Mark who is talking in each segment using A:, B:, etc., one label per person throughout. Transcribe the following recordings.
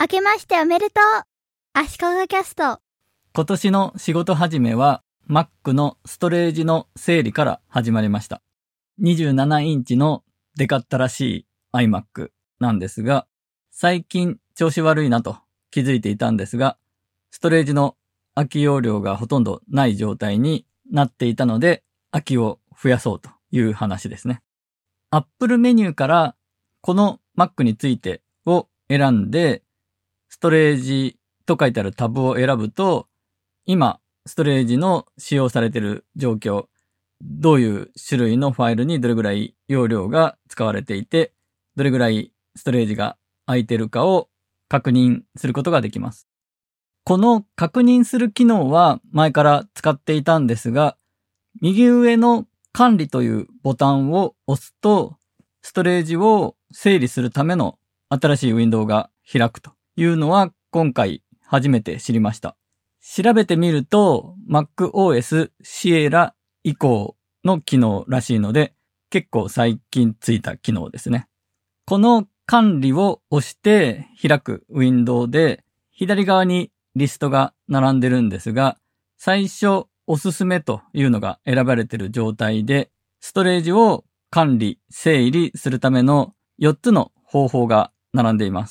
A: 明けましておめでとう。足利キャスト。
B: 今年の仕事始めは Mac のストレージの整理から始まりました。27インチのデカったらしい iMac なんですが、最近調子悪いなと気づいていたんですが、ストレージの空き容量がほとんどない状態になっていたので、空きを増やそうという話ですね。Apple メニューからこの Mac についてを選んで、ストレージと書いてあるタブを選ぶと、今、ストレージの使用されている状況、どういう種類のファイルにどれぐらい容量が使われていて、どれぐらいストレージが空いているかを確認することができます。この確認する機能は前から使っていたんですが、右上の管理というボタンを押すと、ストレージを整理するための新しいウィンドウが開くというのは今回初めて知りました。調べてみると MacOS Sierra 以降の機能らしいので結構最近ついた機能ですね。この管理を押して開くウィンドウで左側にリストが並んでるんですが、最初おすすめというのが選ばれている状態でストレージを管理、整理するための4つの方法が並んでいます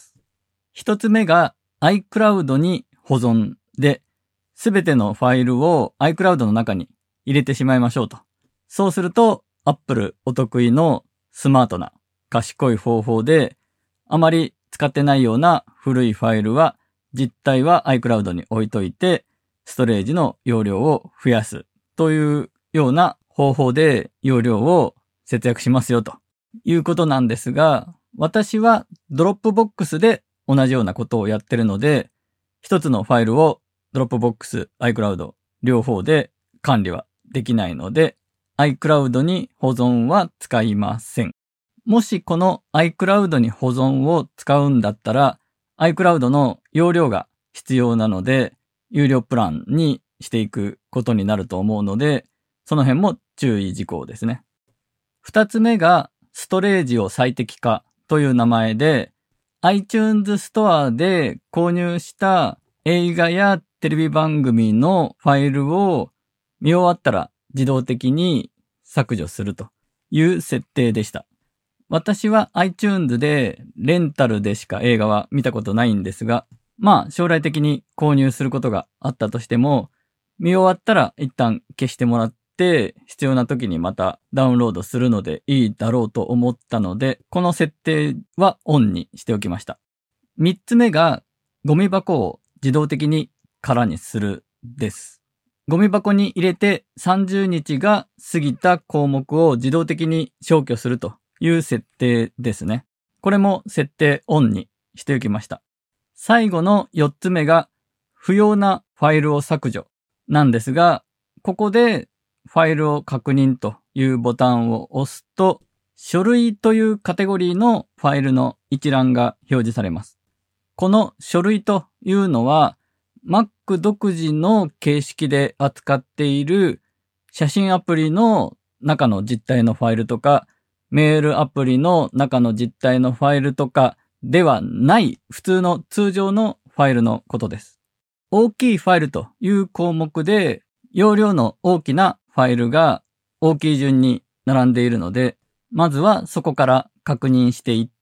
B: 。1つ目が iCloud に保存で、すべてのファイルを iCloud の中に入れてしまいましょうと。そうすると Apple お得意のスマートな賢い方法で、あまり使ってないような古いファイルは実体は iCloud に置いといて、ストレージの容量を増やすというような方法で容量を節約しますよということなんですが、私はドロップボックスで同じようなことをやってるので、一つのファイルをドロップボックス、iCloud 両方で管理はできないので、iCloud に保存は使いません。もしこの iCloud に保存を使うんだったら、iCloud の容量が必要なので、有料プランにしていくことになると思うので、その辺も注意事項ですね。二つ目がストレージを最適化という名前で、iTunes ストアで購入した映画やテレビ番組のファイルを見終わったら自動的に削除するという設定でした。私は iTunes でレンタルでしか映画は見たことないんですが、将来的に購入することがあったとしても、見終わったら一旦消してもらって必要な時にまたダウンロードするのでいいだろうと思ったので、この設定はオンにしておきました。3つ目がゴミ箱を自動的に空にするです。ゴミ箱に入れて30日が過ぎた項目を自動的に消去するという設定ですね。これも設定オンにしておきました。最後の4つ目が不要なファイルを削除なんですが、ここでファイルを確認というボタンを押すと、書類というカテゴリーのファイルの一覧が表示されます。この書類というのは Mac 独自の形式で扱っている写真アプリの中の実体のファイルとか、メールアプリの中の実体のファイルとかではない普通の通常のファイルのことです。大きいファイルという項目で容量の大きなファイルが大きい順に並んでいるので、まずはそこから確認していって、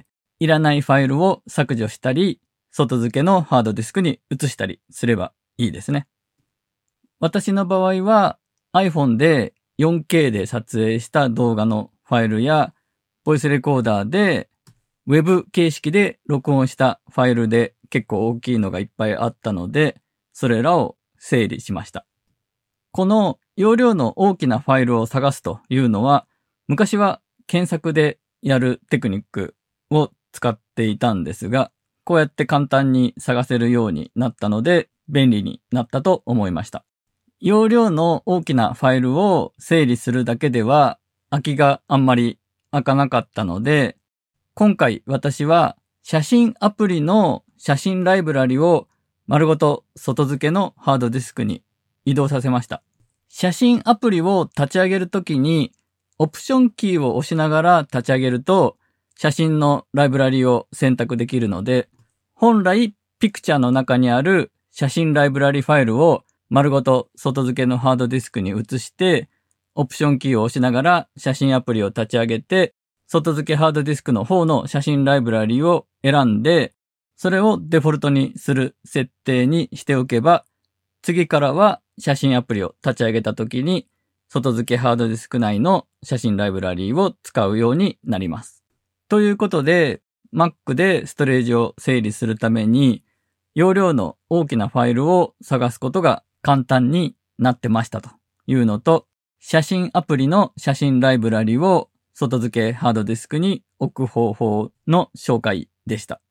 B: いらないファイルを削除したり、外付けのハードディスクに移したりすればいいですね。私の場合は iPhone で 4K で撮影した動画のファイルや、ボイスレコーダーで Web 形式で録音したファイルで結構大きいのがいっぱいあったので、それらを整理しました。この容量の大きなファイルを探すというのは、昔は検索でやるテクニックを使っていたんですが、こうやって簡単に探せるようになったので、便利になったと思いました。容量の大きなファイルを整理するだけでは、空きがあんまり開かなかったので、今回私は写真アプリの写真ライブラリを丸ごと外付けのハードディスクに移動させました。写真アプリを立ち上げるときにオプションキーを押しながら立ち上げると写真のライブラリを選択できるので、 本来、ピクチャーの中にある写真ライブラリファイルを丸ごと外付けのハードディスクに移して、オプションキーを押しながら写真アプリを立ち上げて、外付けハードディスクの方の写真ライブラリを選んで、それをデフォルトにする設定にしておけば、次からは写真アプリを立ち上げたときに、外付けハードディスク内の写真ライブラリを使うようになります。ということで、Mac でストレージを整理するために、容量の大きなファイルを探すことが簡単になってましたというのと、写真アプリの写真ライブラリを外付けハードディスクに置く方法の紹介でした。